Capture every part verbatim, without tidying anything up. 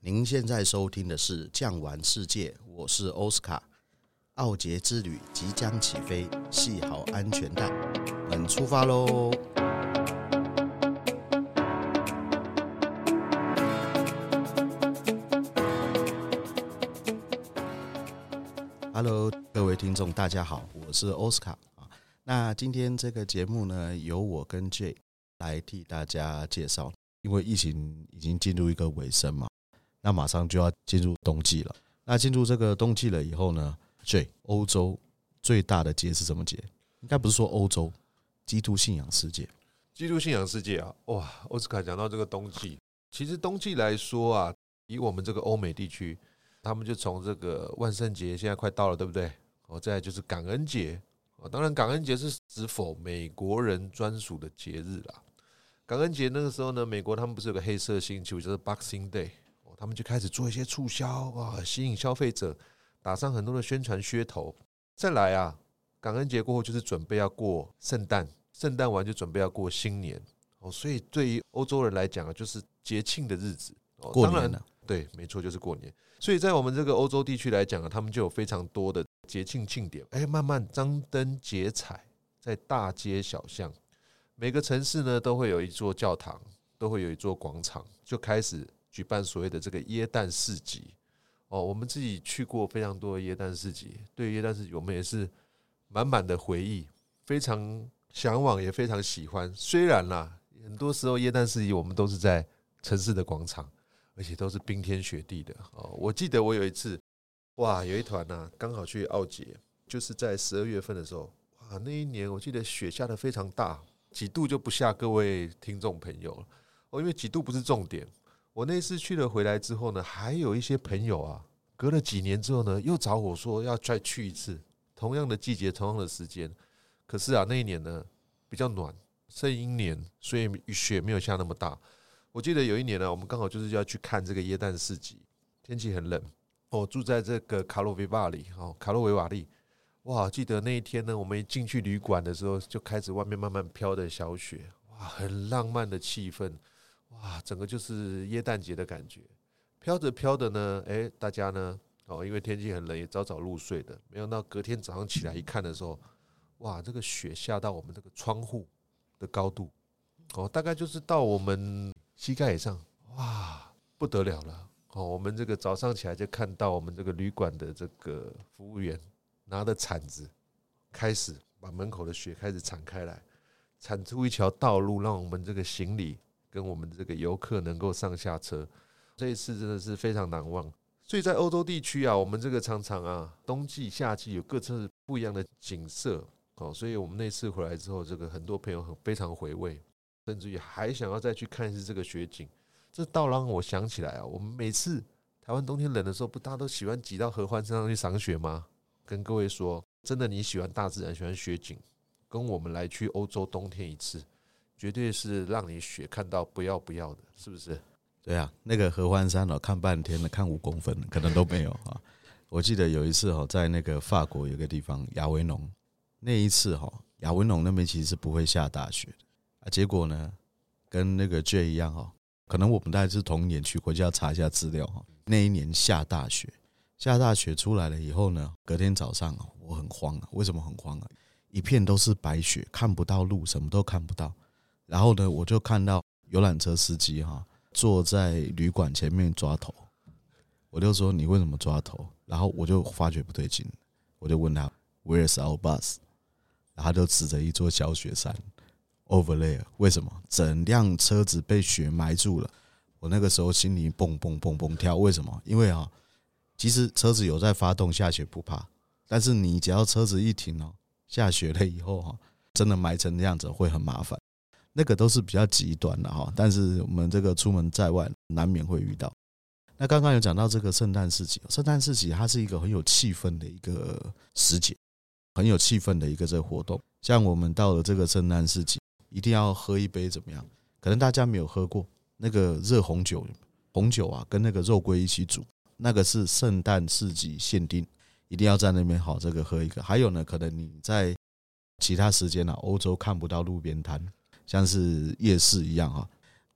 您现在收听的是《酱玩世界》，我是奥斯卡。奥捷之旅即将起飞，系好安全带，我们出发喽！Hello， 各位听众，大家好，我是奥斯卡。那今天这个节目呢，由我跟 J 来替大家介绍。因为疫情已经进入一个尾声嘛，那马上就要进入冬季了。那进入这个冬季了以后呢 ，J 欧洲最大的节是什么节？应该不是说欧洲，基督信仰世界。 基督信仰世界啊，哇！奥斯卡讲到这个冬季，其实冬季来说啊，以我们这个欧美地区，他们就从这个万圣节现在快到了，对不对？哦，再来就是感恩节，哦，当然感恩节是指否美国人专属的节日啦。感恩节那个时候呢，美国他们不是有个黑色星期五，就是 Boxing Day， 他们就开始做一些促销啊，吸引消费者，打上很多的宣传噱头。再来啊，感恩节过后就是准备要过圣诞，圣诞完就准备要过新年，所以对于欧洲人来讲啊，就是节庆的日子。 过年了， 对，没错，就是过年。所以在我们这个欧洲地区来讲啊，他们就有非常多的节庆庆典，哎，慢慢张灯结彩，在大街小巷。每个城市呢都会有一座教堂，都会有一座广场，就开始举办所谓的这个耶诞市集。哦，我们自己去过非常多的耶诞市集，对耶诞市集我们也是满满的回忆，非常向往，也非常喜欢。虽然啦，很多时候耶诞市集我们都是在城市的广场，而且都是冰天雪地的。哦，我记得我有一次，哇，有一团啊，刚好去奥捷，就是在十二月份的时候，哇，那一年我记得雪下得非常大。几度就不下各位听众朋友了，哦，因为几度不是重点。我那次去了回来之后呢，还有一些朋友啊，隔了几年之后呢，又找我说要再去一次，同样的季节，同样的时间。可是啊，那一年呢比较暖，圣婴年，所以雪没有下那么大。我记得有一年呢，我们刚好就是要去看这个耶诞市集，天气很冷，我住在这个卡洛维瓦里，哦，卡洛维瓦利。哇，记得那一天呢，我们一进去旅馆的时候，就开始外面慢慢飘的小雪，哇，很浪漫的气氛，哇，整个就是耶诞节的感觉。飘着飘的呢，哎，大家呢，哦，因为天气很冷，也早早入睡的。没想到隔天早上起来一看的时候，哇，这个雪下到我们这个窗户的高度，哦，大概就是到我们膝盖以上，哇，不得了了。哦，我们这个早上起来就看到我们这个旅馆的这个服务员拿着铲子，开始把门口的雪开始铲开来，铲出一条道路，让我们这个行李跟我们这个游客能够上下车。这一次真的是非常难忘。所以在欧洲地区啊，我们这个常常啊，冬季、夏季有各自不一样的景色。哦，所以我们那次回来之后，这个很多朋友很非常回味，甚至于还想要再去看一次这个雪景。这倒让我想起来啊，我们每次台湾冬天冷的时候，不大家都喜欢挤到合欢山上去赏雪吗？跟各位说，真的，你喜欢大自然，喜欢雪景，跟我们来去欧洲冬天一次，绝对是让你雪看到不要不要的，是不是？ 对啊，那个合欢山哦，看半天了，看五公分可能都没有啊。我记得有一次哦，在那个法国有个地方亚维农，那一次哈，亚维农那边其实是不会下大雪的啊。结果呢，跟那个 J 一样哈，可能我们大概是同一年去过，就要查一下资料哈。那一年下大雪。下大雪出来了以后呢，隔天早上我很慌啊。为什么很慌啊？一片都是白雪，看不到路，什么都看不到。然后呢，我就看到游览车司机哈坐在旅馆前面抓头，我就说你为什么抓头？然后我就发觉不对劲，我就问他 Where's our bus？ 然后他就指着一座小雪山 over there。为什么？整辆车子被雪埋住了。我那个时候心里蹦蹦蹦蹦跳，为什么？因为啊。其实车子有在发动，下雪不怕，但是你只要车子一停哦，下雪了以后真的埋成这样子会很麻烦。那个都是比较极端的哈，但是我们这个出门在外难免会遇到。那刚刚有讲到这个圣诞市集，圣诞市集它是一个很有气氛的一个时节，很有气氛的一个这个活动。像我们到了这个圣诞市集，一定要喝一杯怎么样？可能大家没有喝过那个热红酒，红酒啊跟那个肉桂一起煮。那个是圣诞市集限定，一定要在那边好这个喝一个。还有呢，可能你在其他时间啊，欧洲看不到路边摊，像是夜市一样哈。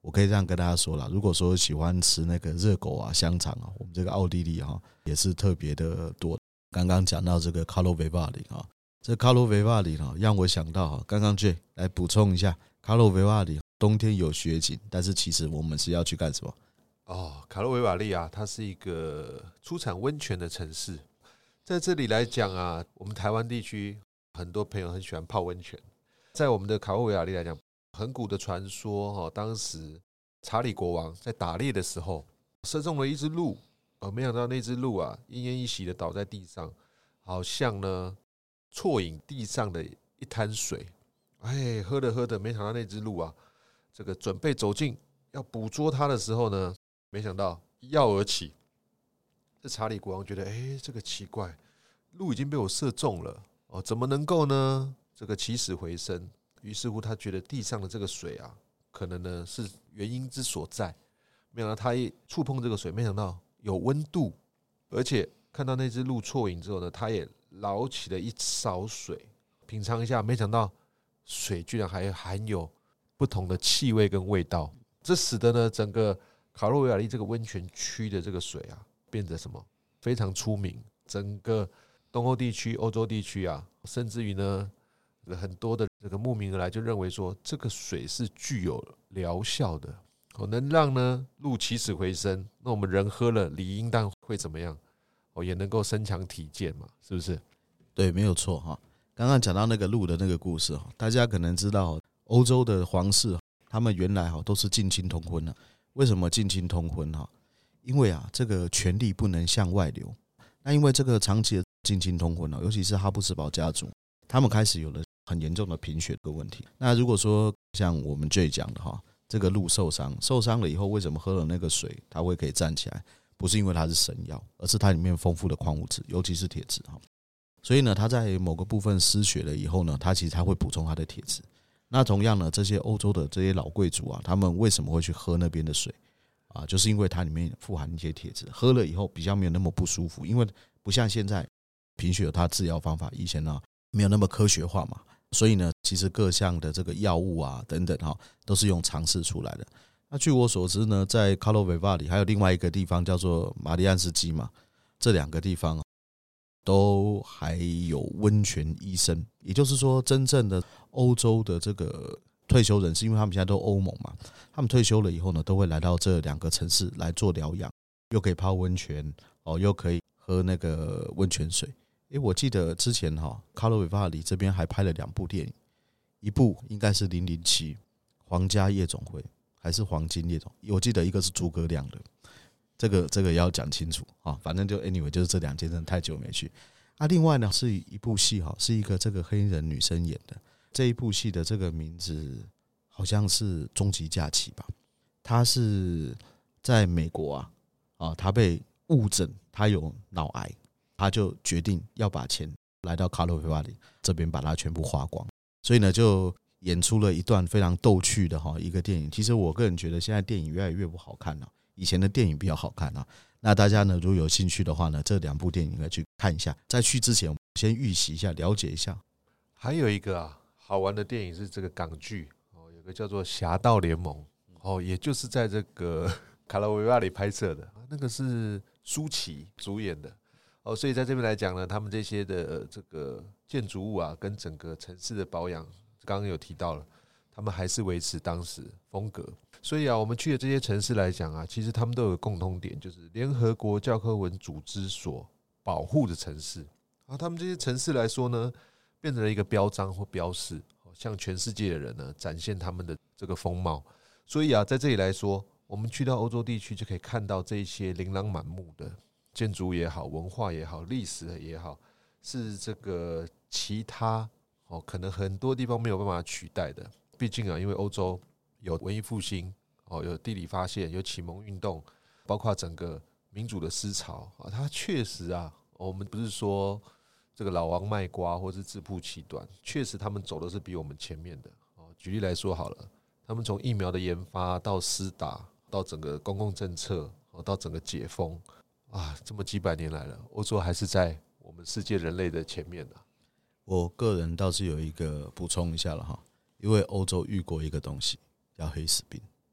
我可以这样跟大家说啦，如果说喜欢吃那个热狗啊、香肠啊，我们这个奥地利哈也是特别的多。刚刚讲到这个卡洛维瓦里啊，这卡洛维瓦里哈让我想到哈，刚刚 J 来补充一下，卡洛维瓦里冬天有雪景，但是其实我们是要去干什么？ 哦，卡洛维瓦利啊，它是一个出产温泉的城市。在这里来讲啊，我们台湾地区很多朋友很喜欢泡温泉。在我们的卡洛维瓦利来讲，很古的传说，当时查理国王在打猎的时候射中了一只鹿，没想到那只鹿啊奄奄一息的倒在地上，好像呢啜饮地上的一滩水。哎，喝着喝着，没想到那只鹿啊，这个准备走近要捕捉它的时候呢，没想到一跃而起。这查理国王觉得，哎，这个奇怪，鹿已经被我射中了，哦，怎么能够呢？这个起死回生。于是乎，他觉得地上的这个水啊，可能呢是原因之所在。没想到他一触碰这个水，没想到有温度，而且看到那只鹿啜饮之后呢，他也捞起了一勺水，品尝一下，没想到水居然还含有不同的气味跟味道。这使得呢整个卡洛维瓦利这个温泉区的这个水啊，变得什么非常出名。整个东欧地区、欧洲地区啊，甚至于呢，很多的这个慕名而来，就认为说这个水是具有疗效的，能让呢鹿起死回生。那我们人喝了，理应当会怎么样？也能够身强体健嘛，是不是？ 对，没有错哈。刚刚讲到那个鹿的那个故事，大家可能知道，欧洲的皇室他们原来都是近亲通婚。为什么近亲通婚？因为啊，这个权力不能向外流。那因为这个长期的近亲通婚，尤其是哈布斯堡家族，他们开始有了很严重的贫血的问题。那如果说像我们 J 讲的哈，这个鹿受伤，受伤了以后，为什么喝了那个水它会可以站起来？不是因为它是神药，而是它里面丰富的矿物质，尤其是铁质。所以呢，它在某个部分失血了以后呢，它其实它会补充它的铁质。那同样呢，这些欧洲的这些老贵族啊，他们为什么会去喝那边的水啊？就是因为它里面富含一些铁质，喝了以后比较没有那么不舒服。因为不像现在贫血有它治疗方法，以前呢没有那么科学化嘛，所以呢，其实各项的这个药物啊等等哈，都是用尝试出来的。那据我所知呢，在卡洛维瓦里还有另外一个地方叫做马里安斯基嘛，这两个地方都还有温泉医生。也就是说，真正的欧洲的这个退休人士，因为他们现在都欧盟嘛，他们退休了以后呢，都会来到这两个城市来做疗养，又可以泡温泉哦，又可以喝那个温泉水。诶，我记得之前哈，卡洛维瓦里这边还拍了两部电影，一部应该是零零七皇家夜总会，还是黄金夜总，我记得一个是诸葛亮的，这个这个要讲清楚啊。反正就 anyway 就是这两件真的太久没去啊。另外呢是一部戏哈，是一个这个黑人女生演的，这一部戏的这个名字好像是《终极假期》吧。她是在美国啊啊，她被误诊她有脑癌，她就决定要把钱来到卡洛维瓦里这边把它全部花光，所以呢就演出了一段非常逗趣的一个电影。其实我个人觉得现在电影越来越不好看了，以前的电影比较好看啊。那大家呢如果有兴趣的话呢，这两部电影应该去看一下。在去之前先预习一下，了解一下。 还有一个啊好玩的电影是这个港剧，有个叫做《侠盗联盟》，也就是在这个卡洛维瓦里拍摄的，那个是舒淇主演的。哦，所以在这边来讲呢，他们这些的这个建筑物啊，跟整个城市的保养，刚刚有提到了，他们还是维持当时风格。所以啊，我们去的这些城市来讲啊，其实他们都有个共通点，就是联合国教科文组织所保护的城市。啊，他们这些城市来说呢，变成了一个标章或标示，向全世界的人呢展现他们的这个风貌。所以啊，在这里来说，我们去到欧洲地区就可以看到这些琳琅满目的建筑也好，文化也好，历史也好，是这个其他哦，可能很多地方没有办法取代的。毕竟啊，因为欧洲有文艺复兴哦，有地理发现，有启蒙运动，包括整个民主的思潮啊，它确实啊，我们不是说这个老王卖瓜或是自曝其短，确实他们走的是比我们前面的。举例来说好了，他们从疫苗的研发到施打，到整个公共政策，到整个解封。啊，这么几百年来了，欧洲还是在我们世界人类的前面的。 我个人倒是有一个补充一下了哈，因为欧洲遇过一个东西叫黑死病，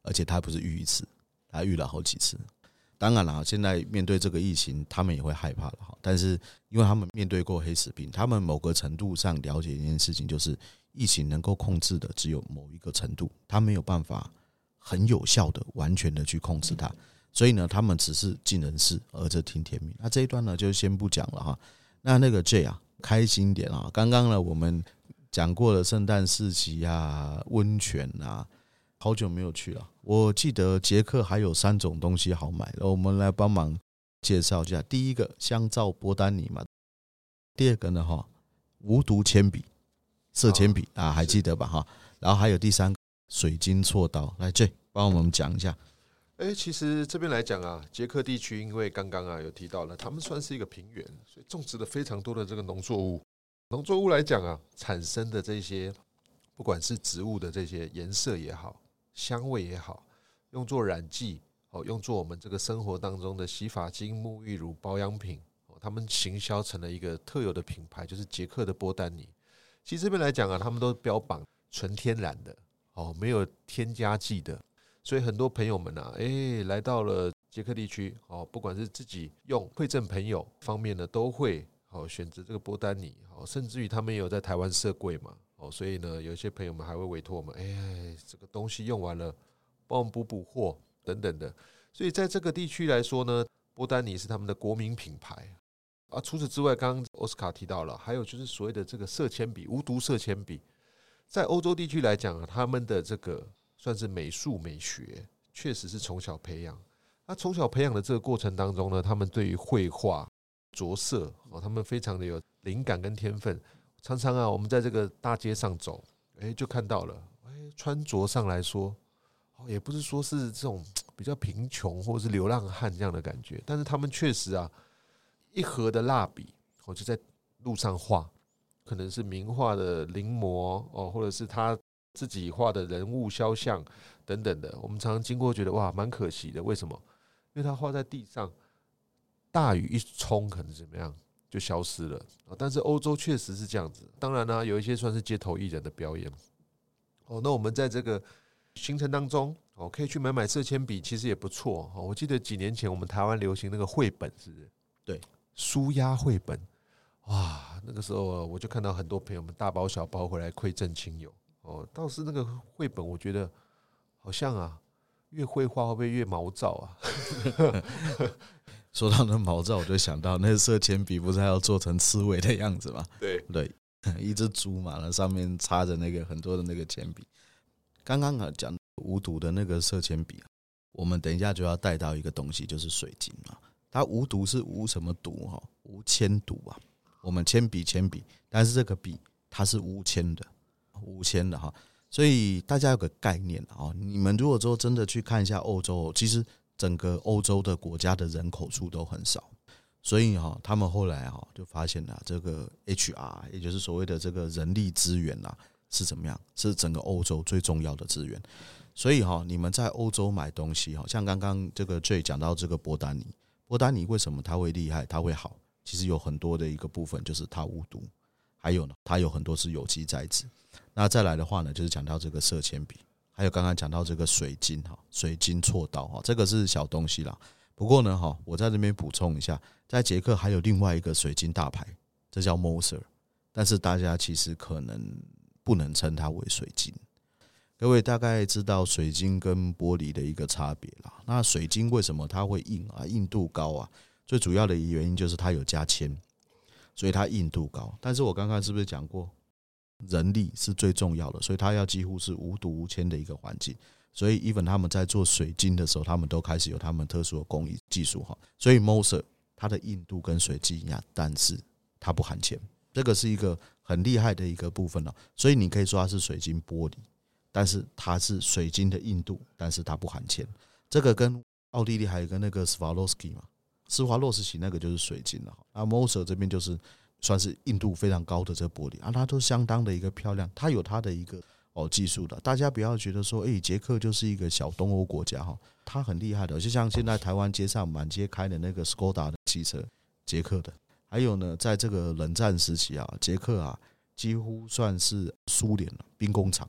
而且他不是遇一次，他遇了好几次。当然了，现在面对这个疫情，他们也会害怕了。但是因为他们面对过黑死病，他们某个程度上了解一件事情，就是疫情能够控制的只有某一个程度，他没有办法很有效的完全的去控制它。所以呢，他们只是尽人事，而这听天命。那这一段呢，就先不讲了哈。那那个 J 啊，开心点啊！刚刚呢，我们讲过了圣诞市集啊、温泉啊，好久没有去了。我记得捷克还有三种东西好买，我们来帮忙介绍一下。第一个香皂波丹尼嘛，第二个呢哈，无毒铅笔、色铅笔啊，还记得吧哈？然后还有第三个水晶锉刀，来 J 帮我们讲一下。 哎，其实这边来讲啊，捷克地区因为刚刚啊有提到了，他们算是一个平原，所以种植了非常多的这个农作物。农作物来讲啊，产生的这些不管是植物的这些颜色也好，香味也好，用作染剂，用作我们这个生活当中的洗发精、沐浴乳、保养品，他们行销成了一个特有的品牌，就是捷克的波丹尼。其实这边来讲啊，他们都标榜纯天然的，没有添加剂的。所以很多朋友们啊，哎，来到了捷克地区，哦，不管是自己用会赠朋友方面呢，都会好选择这个波丹尼，好，甚至于他们也有在台湾设柜嘛，哦，所以呢，有些朋友们还会委托我们，哎，这个东西用完了，帮我们补补货等等的。所以在这个地区来说呢，波丹尼是他们的国民品牌啊。除此之外，刚刚奥斯卡提到了，还有就是所谓的这个色铅笔，无毒色铅笔，在欧洲地区来讲啊，他们的这个算是美术美学，确实是从小培养。那从小培养的这个过程当中呢，他们对于绘画、着色，他们非常的有灵感跟天分。常常啊，我们在这个大街上走，哎，就看到了，哎，穿着上来说，也不是说是这种比较贫穷或者是流浪汉这样的感觉，但是他们确实啊，一盒的蜡笔，我就在路上画，可能是名画的临摹哦，或者是他自己画的人物肖像等等的，我们常常经过觉得哇，蛮可惜的。为什么？因为他画在地上，大雨一冲，可能怎么样就消失了。但是欧洲确实是这样子。当然呢、啊，有一些算是街头艺人的表演。哦，那我们在这个行程当中，哦，可以去买买色铅笔，其实也不错。我记得几年前我们台湾流行那个绘本，是不是？ 对， 舒压绘本。哇，那个时候我就看到很多朋友们大包小包回来馈赠亲友。哦，倒是那个绘本，我觉得好像啊，越绘画会不会越毛躁啊？ 说到那毛躁，我就想到那色铅笔不是还要做成刺猬的样子吗？ 对对，一只猪嘛，那上面插着那个很多的那个铅笔。刚刚啊讲无毒的那个色铅笔，我们等一下就要带到一个东西，就是水晶嘛。它无毒是无什么毒哈？无铅毒啊。我们铅笔铅笔，但是这个笔它是无铅的。无铅的哈，所以大家有个概念啊。你们如果说真的去看一下欧洲，其实整个欧洲的国家的人口数都很少，所以哈，他们后来哈就发现了这个 H R， 也就是所谓的这个人力资源啊，是怎么样？是整个欧洲最重要的资源。所以哈，你们在欧洲买东西哈，像刚刚这个 J 讲到这个波丹尼，波丹尼为什么它会厉害？它会好？其实有很多的一个部分就是它无毒，还有呢，它有很多是有机材质。那再来的话呢，就是讲到这个色铅笔，还有刚刚讲到这个水晶哈，水晶锉刀哈，这个是小东西啦。不过呢哈，我在这边补充一下，在捷克还有另外一个水晶大牌，这叫 Moser， 但是大家其实可能不能称它为水晶。各位大概知道水晶跟玻璃的一个差别啦。那水晶为什么它会硬啊？硬度高啊？最主要的原因就是它有加铅，所以它硬度高。但是我刚刚是不是讲过？人力是最重要的，所以它要几乎是无毒无铅的一个环境。所以 even 他们在做水晶的时候，他们都开始有他们特殊的工艺技术哈。所以 Moser 它的硬度跟水晶一样，但是它不含铅，这个是一个很厉害的一个部分哦。所以你可以说它是水晶玻璃，但是它是水晶的硬度，但是它不含铅。这个跟奥地利还有一个那个 Swarovski 嘛，施华洛世奇那个就是水晶了。那 Moser 这边就是算是硬度非常高的这个玻璃啊，它都相当的一个漂亮，它有它的一个哦技术的。大家不要觉得说，哎、欸，捷克就是一个小东欧国家哈，它很厉害的。就像现在台湾街上满街开的那个 Skoda 的汽车，捷克的。还有呢，在这个冷战时期啊，捷克啊几乎算是苏联了兵工厂。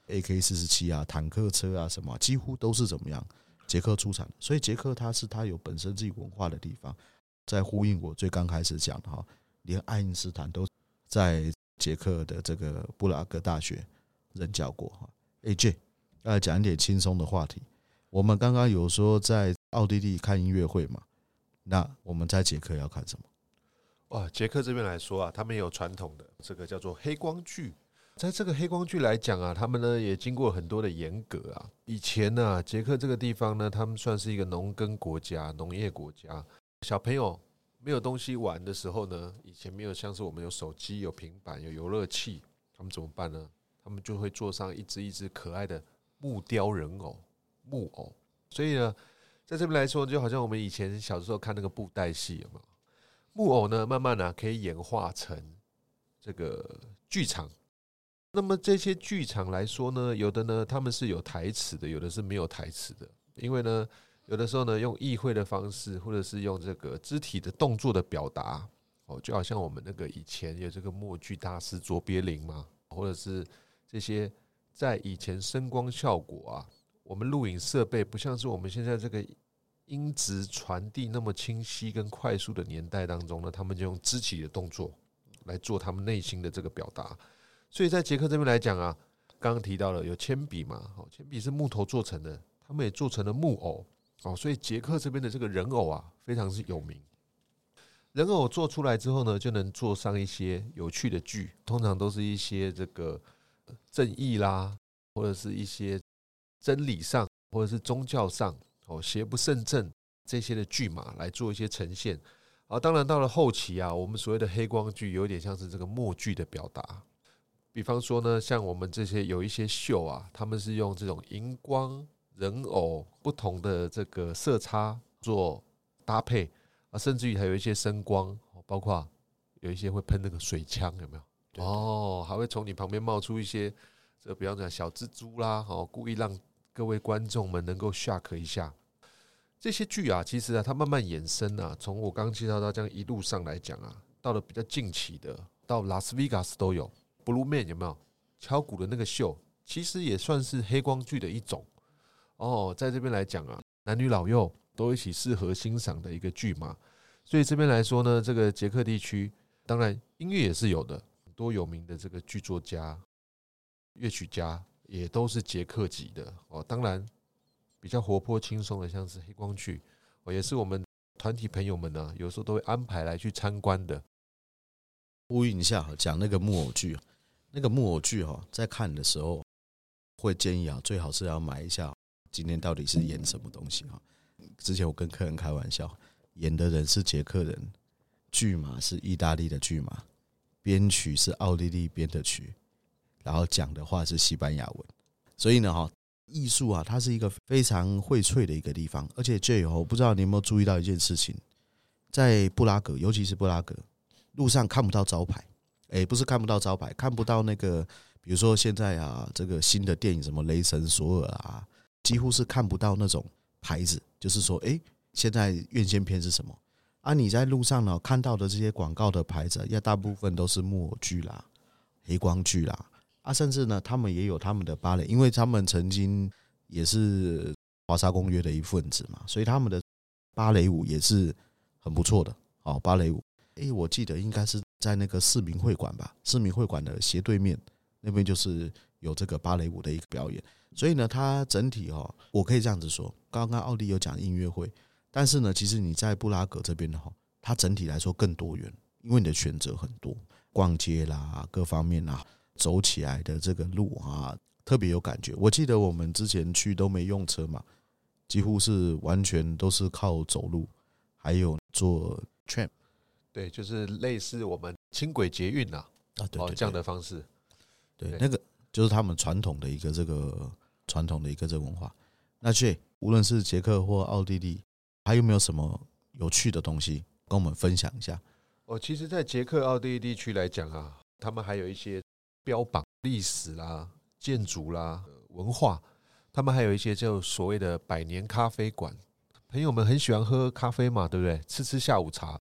A K 四十七 啊、坦克车啊什么，几乎都是怎么样捷克出产的。所以捷克它是它有本身自己文化的地方，在呼应我最刚开始讲的哈，连爱因斯坦都在捷克的这个布拉格大学任教过哈。A J， 要来讲一点轻松的话题。我们刚刚有说在奥地利看音乐会嘛，那我们在捷克要看什么？ 哇，捷克这边来说啊，他们也有传统的这个叫做黑光剧。在这个黑光剧来讲啊，他们呢也经过很多的严格啊。以前呢、啊，捷克这个地方呢，他们算是一个农耕国家、农业国家。小朋友没有东西玩的时候呢，以前没有像是我们有手机、有平板、有游乐器，他们怎么办呢？他们就会做上一只一只可爱的木雕人偶、木偶。所以呢，在这边来说，就好像我们以前小时候看那个布袋戏，有没有？木偶呢，慢慢呢、啊、可以演化成这个剧场。那么这些剧场来说呢，有的呢他们是有台词的，有的是没有台词的。因为呢，有的时候呢用意会的方式，或者是用这个肢体的动作的表达，哦，就好像我们那个以前有这个默剧大师卓别林嘛，或者是这些在以前声光效果啊，我们录影设备不像是我们现在这个音质传递那么清晰跟快速的年代当中呢，他们就用肢体的动作来做他们内心的这个表达。所以在捷克这边来讲啊，刚刚提到了有铅笔嘛，铅笔是木头做成的，他们也做成了木偶，所以捷克这边的这个人偶啊，非常是有名。人偶做出来之后呢，就能做上一些有趣的剧，通常都是一些这个正义啦，或者是一些真理上，或者是宗教上，邪不胜正这些的剧码来做一些呈现。当然到了后期啊，我们所谓的黑光剧有点像是这个默剧的表达。比方说呢，像我们这些有一些秀啊，他们是用这种荧光、人偶不同的这个色差做搭配啊，甚至于还有一些声光，包括有一些会喷那个水枪，有没有？对对哦，还会从你旁边冒出一些，这比方讲小蜘蛛啦，哦，故意让各位观众们能够 shock 一下。这些剧啊，其实啊，它慢慢衍生啊，从我刚刚介绍到这样一路上来讲啊，到了比较近期的，到拉斯维加斯都有。Blue Man 有没有敲鼓的那个秀，其实也算是黑光剧的一种哦。在这边来讲啊，男女老幼都一起适合欣赏的一个剧嘛。所以这边来说呢，这个捷克地区当然音乐也是有的，很多有名的这个剧作家、乐曲家也都是捷克籍的哦。当然比较活泼轻松的，像是黑光剧，哦，也是我们团体朋友们呢、啊，有时候都会安排来去参观的。 呼应一下，讲那个木偶剧。那个木偶剧哈，在看的时候会建议啊，最好是要买一下今天到底是演什么东西哈。之前我跟客人开玩笑，演的人是捷克人，剧码是意大利的剧码，编曲是奥地利编的曲，然后讲的话是西班牙文。所以呢哈，艺术啊，它是一个非常荟萃的一个地方。而且这我不知道你有没有注意到一件事情，在布拉格，尤其是布拉格，路上看不到招牌。哎，不是看不到招牌，看不到那个，比如说现在啊，这个新的电影什么《雷神索尔》啊，几乎是看不到那种牌子，就是说，哎，现在院线片是什么？啊，你在路上呢看到的这些广告的牌子，也大部分都是木偶剧啦、黑光剧啦，啊，甚至呢，他们也有他们的芭蕾，因为他们曾经也是华沙公约的一份子嘛，所以他们的芭蕾舞也是很不错的。哦，芭蕾舞，哎，我记得应该是在那个市民会馆吧，市民会馆的斜对面那边就是有这个芭蕾舞的一个表演。所以呢，它整体哦，我可以这样子说，刚刚奥迪有讲音乐会，但是呢，其实你在布拉格这边的哈，它整体来说更多元，因为你的选择很多，逛街啦，各方面啦，走起来的这个路啊，特别有感觉。我记得我们之前去都没用车嘛，几乎是完全都是靠走路，还有坐 tram， 对，就是类似我们轻轨捷运啊，啊对对对，这样的方式。 对，那个就是他们传统的一个这个传统的一个这个文化。那Jay，无论是捷克或奥地利，还有没有什么有趣的东西跟我们分享一下？ 哦，其实，在捷克、奥地利地区来讲啊，他们还有一些标榜历史啦、建筑啦、文化，他们还有一些就所谓的百年咖啡馆。朋友们很喜欢喝咖啡嘛，对不对？吃吃下午茶。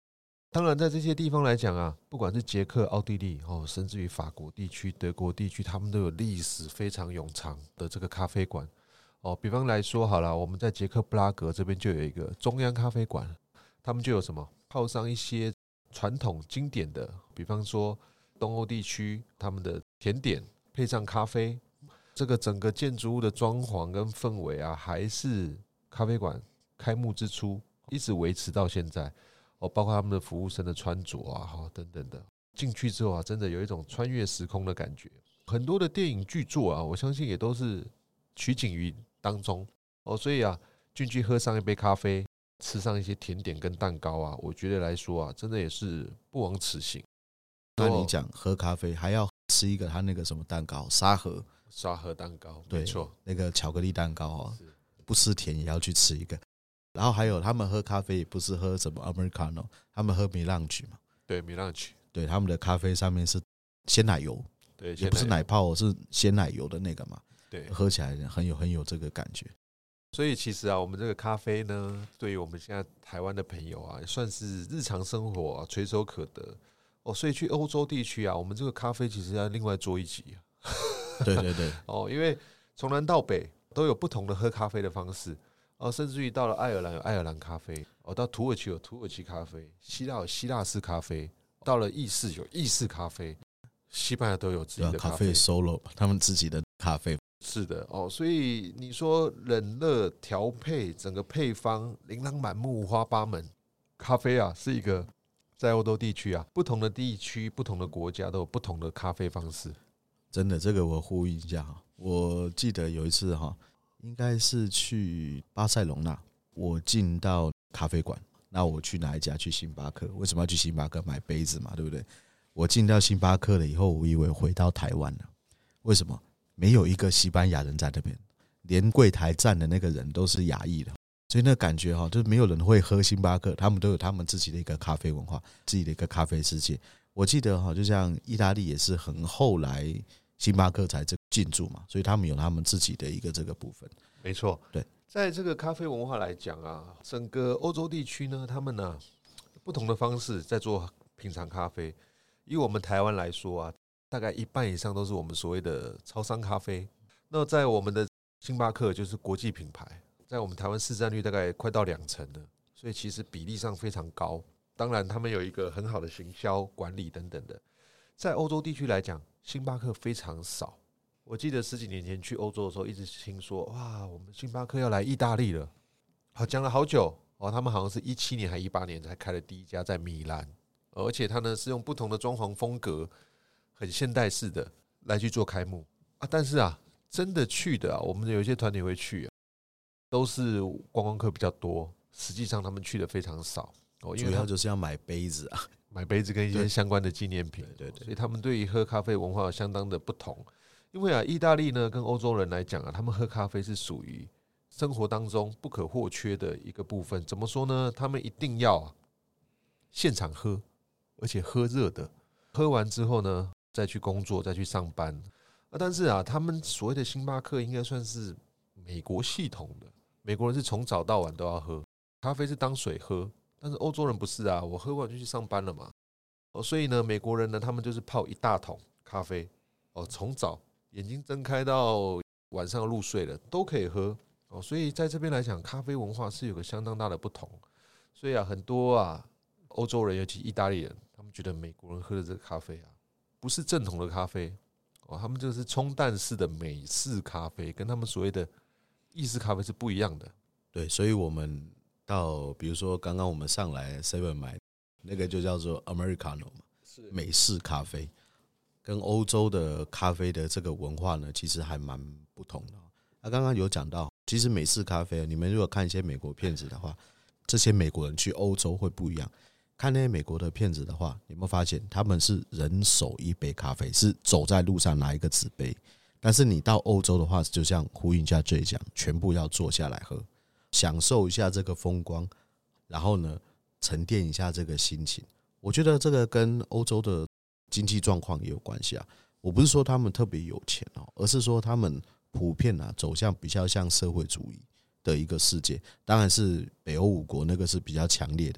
当然，在这些地方来讲啊，不管是捷克、奥地利哦，甚至于法国地区、德国地区，他们都有历史非常悠长的这个咖啡馆哦。比方来说，好了，我们在捷克布拉格这边就有一个中央咖啡馆，他们就有什么泡上一些传统经典的，比方说东欧地区他们的甜点配上咖啡，这个整个建筑物的装潢跟氛围啊，还是咖啡馆开幕之初一直维持到现在。哦，包括他们的服务生的穿着啊，等等的，进去之后啊，真的有一种穿越时空的感觉。很多的电影剧作啊，我相信也都是取景于当中哦。所以啊，进去喝上一杯咖啡，吃上一些甜点跟蛋糕啊，我觉得来说啊，真的也是不枉此行。 那你讲喝咖啡还要吃一个他那个什么蛋糕，沙盒沙盒蛋糕， 对， 没错， 那个巧克力蛋糕哦，不吃甜也要去吃一个。然后还有他们喝咖啡也不是喝什么 Americano， 他们喝米浪曲嘛， 对，米浪曲， 对，他们的咖啡上面是鲜奶油， 对， 也不是奶泡，是鲜奶油的那个嘛， 对， 喝起来很有很有这个感觉。 所以其实啊，我们这个咖啡呢，对于我们现在台湾的朋友啊，算是日常生活啊垂手可得哦。所以去欧洲地区啊，我们这个咖啡其实要另外做一集啊。 对对对， 哦，因为从南到北都有不同的喝咖啡的方式。哦，甚至于到了爱尔兰有爱尔兰咖啡，哦，到土耳其有土耳其咖啡，希腊有希腊式咖啡，到了意式有意式咖啡，西班牙都有自己的咖啡 solo， 他们自己的咖啡。 是的哦，所以你说冷热调配，整个配方琳琅满目、五花八门。咖啡啊，是一个在欧洲地区啊，不同的地区、不同的国家都有不同的咖啡方式。 真的，这个我呼吁一下哈。我记得有一次哈。应该是去巴塞隆纳，我进到咖啡馆，那我去哪一家？去星巴克。为什么要去星巴克买杯子嘛？对不对？我进到星巴克了以后，我以为回到台湾了。为什么？没有一个西班牙人在那边，连柜台站的那个人都是亚裔的，所以那感觉哈，就是没有人会喝星巴克，他们都有他们自己的一个咖啡文化，自己的一个咖啡世界。我记得哈，就像意大利也是很后来。星巴克才进驻嘛，所以他们有他们自己的一个这个部分。 没错， 对， 在这个咖啡文化来讲啊，整个欧洲地区呢，他们呢、啊、不同的方式在做品尝咖啡。以我们台湾来说啊，大概一半以上都是我们所谓的超商咖啡。那在我们的星巴克就是国际品牌，在我们台湾市占率大概快到两成了，所以其实比例上非常高。当然，他们有一个很好的行销管理等等的。在欧洲地区来讲，星巴克非常少。我记得十几年前去欧洲的时候，一直听说哇，我们星巴克要来意大利了，好讲了好久哦。他们好像是一七年还一八年才开了第一家在米兰，而且它呢是用不同的装潢风格，很现代式的来去做开幕啊。但是啊，真的去的啊，我们有一些团体会去啊，都是观光客比较多，实际上他们去的非常少哦，因为主要就是要买杯子啊。 买杯子跟一些相关的纪念品， 对对对， 所以他们对于喝咖啡文化有相当的不同。因为啊，意大利呢跟欧洲人来讲啊，他们喝咖啡是属于生活当中不可或缺的一个部分。怎么说呢？他们一定要啊现场喝，而且喝热的，喝完之后呢再去工作，再去上班。啊，但是啊，他们所谓的星巴克应该算是美国系统的，美国人是从早到晚都要喝咖啡，是当水喝。但是欧洲人不是啊，我喝完就去上班了嘛。哦，所以呢，美国人呢，他们就是泡一大桶咖啡，哦，从早眼睛睁开到晚上入睡了都可以喝。哦，所以在这边来讲，咖啡文化是有个相当大的不同。所以啊，很多啊欧洲人，尤其意大利人，他们觉得美国人喝的这个咖啡啊，不是正统的咖啡，哦，他们这是冲淡式的美式咖啡，跟他们所谓的意式咖啡是不一样的。 对，所以我们。到比如说刚刚我们上来 seven 买那个就叫做 Americano 嘛，美式咖啡，跟欧洲的咖啡的这个文化呢，其实还蛮不同的。那刚刚有讲到，其实美式咖啡，你们如果看一些美国片子的话，这些美国人去欧洲会不一样。看那些美国的片子的话，你有没有发现他们是人手一杯咖啡，是走在路上拿一个纸杯？但是你到欧洲的话，就像呼应一下这一讲，全部要坐下来喝。享受一下这个风光，然后呢，沉淀一下这个心情。我觉得这个跟欧洲的经济状况也有关系啊。我不是说他们特别有钱哦，而是说他们普遍啊走向比较像社会主义的一个世界。当然是北欧五国那个是比较强烈的啦。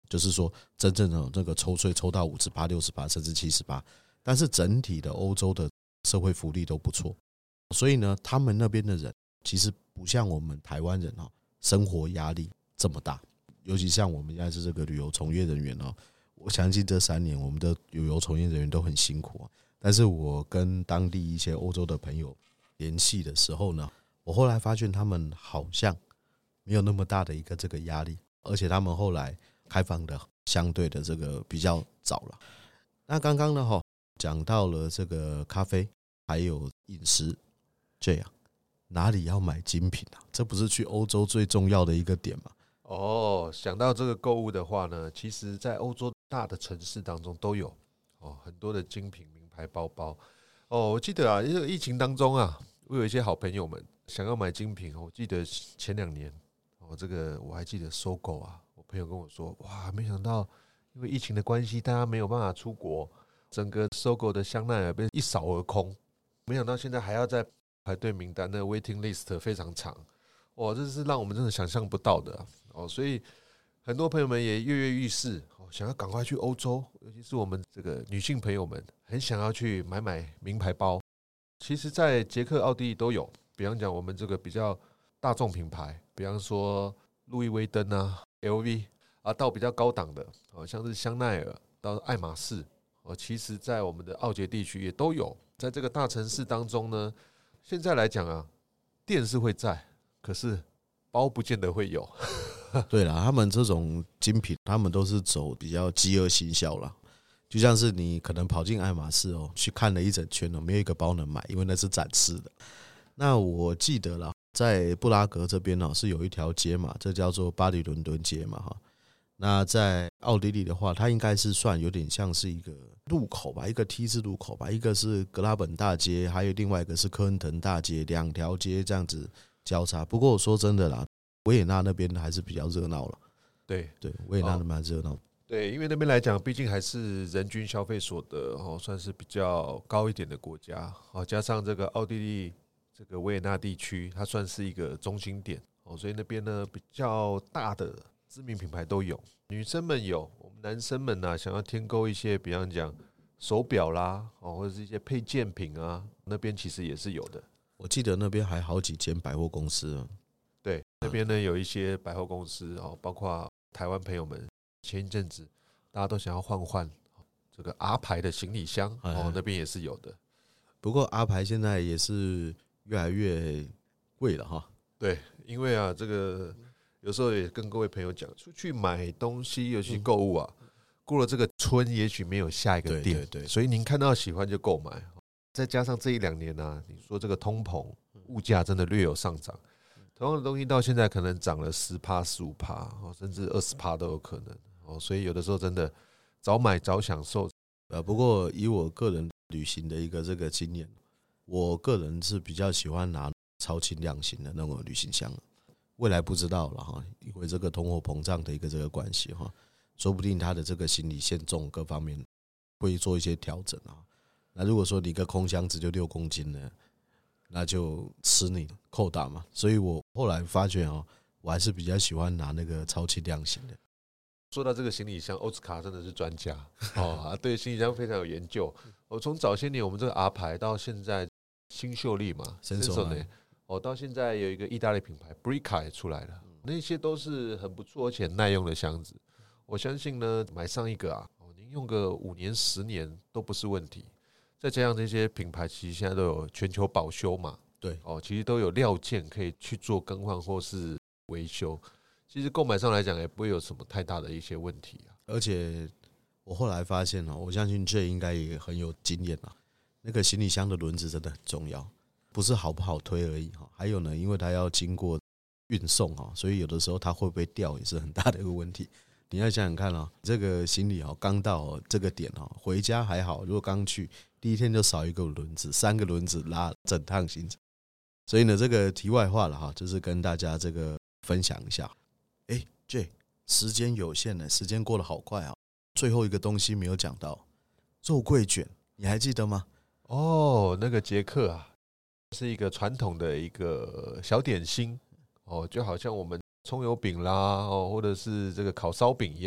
就是说真正的这个抽税抽到五十趴、六十趴甚至七十趴，但是整体的欧洲的社会福利都不错，所以呢，他们那边的人其实不像我们台湾人哦，生活压力这么大，尤其像我们现在是这个旅游从业人员哦，我相信这三年我们的旅游从业人员都很辛苦啊。但是我跟当地一些欧洲的朋友联系的时候呢，我后来发现他们好像没有那么大的一个这个压力，而且他们后来开放的相对的这个比较早了。那刚刚呢讲到了这个咖啡还有饮食，这样哪里要买精品啊？这不是去欧洲最重要的一个点吗？ 哦，想到这个购物的话呢，其实在欧洲大的城市当中都有哦，很多的精品名牌包包哦。我记得啊，这个疫情当中啊，我有一些好朋友们想要买精品，我记得前两年哦，这个我还记得搜狗啊，我朋友跟我说，哇，没想到因为疫情的关系，大家没有办法出国，整个搜狗的香奈儿被一扫而空，没想到现在还要在排队名单的 waiting list 非常长，哇，这是让我们真的想象不到的啊。哦，所以很多朋友们也跃跃欲试，想要赶快去欧洲，尤其是我们这个女性朋友们，很想要去买买名牌包。其实，在捷克、奥地利都有，比方讲我们这个比较大众品牌，比方说路易威登啊、L V 啊，到比较高档的，像是香奈儿到爱马仕，其实在我们的奥捷地区也都有。在这个大城市当中呢，现在来讲啊，店是会在，可是包不见得会有。 对啦，他们这种精品，他们都是走比较饥饿行销啦。就像是你可能跑进爱马仕哦，去看了一整圈哦，没有一个包能买，因为那是展示的。那我记得啦，在布拉格这边哦，是有一条街嘛，这叫做巴黎伦敦街嘛哈。那在奥地利的话，它应该是算有点像是一个路口吧，一个 T 字路口吧，一个是格拉本大街，还有另外一个是科恩腾大街，两条街这样子交叉。不过我说真的啦，维也纳那边还是比较热闹了。 对对，维也纳那边热闹。 对，因为那边来讲，毕竟还是人均消费所得哦，算是比较高一点的国家哦，加上这个奥地利这个维也纳地区，它算是一个中心点哦，所以那边呢比较大的知名品牌都有，女生们有，我们男生们呢、啊、想要添购一些，比方讲手表啦哦，或者是一些配件品啊，那边其实也是有的。 我记得那边还好几间百货公司啊。 对，那边呢有一些百货公司哦，包括台湾朋友们前一阵子大家都想要换换这个阿牌的行李箱哦，那边也是有的。 不过阿牌现在也是越来越贵了哈。 对，因为啊，这个有时候也跟各位朋友讲，出去买东西，尤其购物啊，过了这个村，也许没有下一个店， 对对对， 所以您看到喜欢就购买。再加上这一两年啊，你说这个通膨，物价真的略有上涨。同样的东西到现在可能涨了十趴、十五趴，甚至二十趴都有可能哦。所以有的时候真的早买早享受。 呃，不过以我个人旅行的一个这个经验，我个人是比较喜欢拿超轻量型的那种旅行箱。未来不知道了哈，因为这个通货膨胀的一个这个关系哈，说不定它的这个行李限重各方面会做一些调整啊。那如果说你一个空箱子就六公斤呢？那就吃你扣打嘛，所以我后来发觉哦，我还是比较喜欢拿那个超轻量型的。 说到这个行李箱，欧斯卡真的是专家哦，对行李箱非常有研究。我从早些年我们这个 R 牌到现在新秀丽嘛， 伸手呢，哦，到现在有一个意大利品牌 Brica 也出来了，那些都是很不错而且耐用的箱子。我相信呢，买上一个啊，您用个五年十年都不是问题。再加上这些品牌，其实现在都有全球保修嘛， 对哦，其实都有料件可以去做更换或是维修。其实购买上来讲，也不会有什么太大的一些问题啊。 而且我后来发现哦，我相信 J 应该也很有经验啊。那个行李箱的轮子真的很重要，不是好不好推而已哈。还有呢，因为它要经过运送哈，所以有的时候它会不会掉也是很大的一个问题。你要想想看啊，这个行李刚到这个点回家还好，如果刚去第一天就少一个轮子，三个轮子拉整趟行程。所以呢，这个题外话了哈，就是跟大家这个分享一下。哎 ，J， 时间有限呢，时间过得好快啊。最后一个东西没有讲到，肉桂卷，你还记得吗？ 哦，那个捷克啊，是一个传统的一个小点心哦，就好像我们葱油饼啦，哦，或者是这个烤烧饼一样的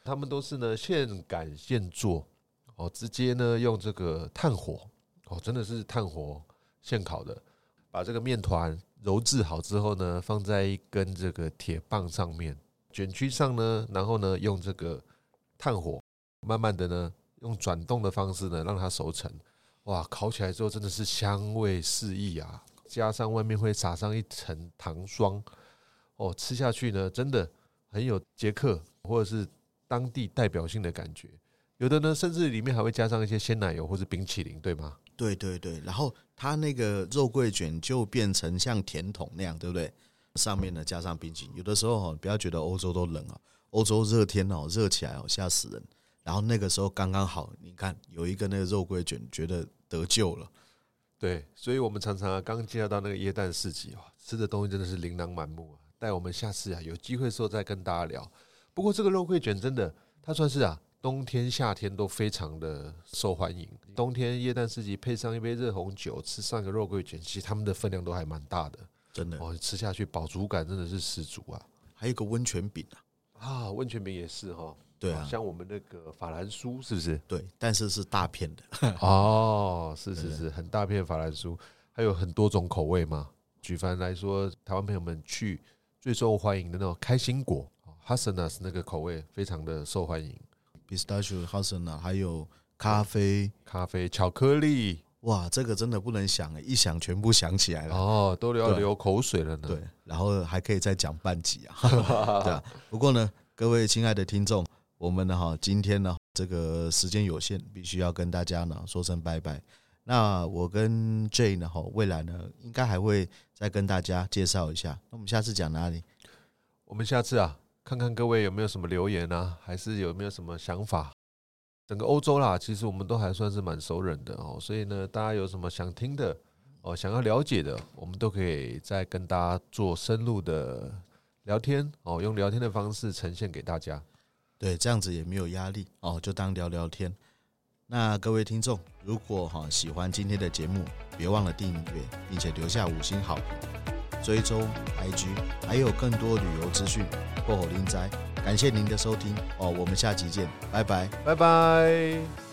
他们都是呢现擀现做哦，直接呢用这个炭火哦，真的是炭火现烤的，把这个面团揉制好之后呢，放在一根这个铁棒上面，卷曲上呢，然后呢用这个炭火慢慢的呢用转动的方式呢让它熟成。哇，烤起来之后真的是香味四溢啊，加上外面会撒上一层糖霜哦，吃下去呢真的很有捷克或者是当地代表性的感觉。有的呢甚至里面还会加上一些鲜奶油或是冰淇淋，对吗？ 对对对，然后它那个肉桂卷就变成像甜筒那样，对不对？上面呢加上冰淇淋。有的时候不要觉得欧洲都冷啊，欧洲热天哦，热起来哦吓死人。然后那个时候刚刚好，你看有一个那个肉桂卷，觉得得救了。 对，所以我们常常啊，刚介绍到那个耶诞市集，吃的东西真的是琳琅满目啊。带我们下次啊有机会的时候再跟大家聊。不过这个肉桂卷真的，它算是啊冬天夏天都非常的受欢迎。冬天耶诞市集配上一杯热红酒，吃上一个肉桂卷，其实他们的分量都还蛮大的， 真的哦，吃下去饱足感真的是十足啊。 还有一个温泉饼啊， 啊，温泉饼也是哈。 对啊， 像我们那个法兰酥是不是？ 对，但是是大片的哦，是是是，很大片法兰酥，还有很多种口味嘛。举凡来说，台湾朋友们去最受欢迎的那种开心果 Haselnuts 那个口味非常的受欢迎 ，Pistachio Haselnut， 还有咖啡、 咖啡、巧克力， 哇，这个真的不能想，一想全部想起来了， 哦，都要流口水了呢。 对，然后还可以再讲半集啊，对啊。不过呢，各位亲爱的听众，我们呢哈，今天呢这个时间有限，必须要跟大家呢说声拜拜。那我跟 Jay 呢哈，未来呢应该还会再跟大家介绍一下。那我们下次讲哪里？ 我们下次啊，看看各位有没有什么留言啊，还是有没有什么想法。整个欧洲啦，其实我们都还算是蛮熟人的哦，所以呢，大家有什么想听的哦，想要了解的，我们都可以再跟大家做深入的聊天哦，用聊天的方式呈现给大家。 对，这样子也没有压力哦，就当聊聊天。那各位听众，如果哈喜欢今天的节目，别忘了订阅，并且留下五星好评，追踪 I G， 还有更多旅游资讯。过火灵斋，感谢您的收听哦，我们下集见，拜拜， 拜拜。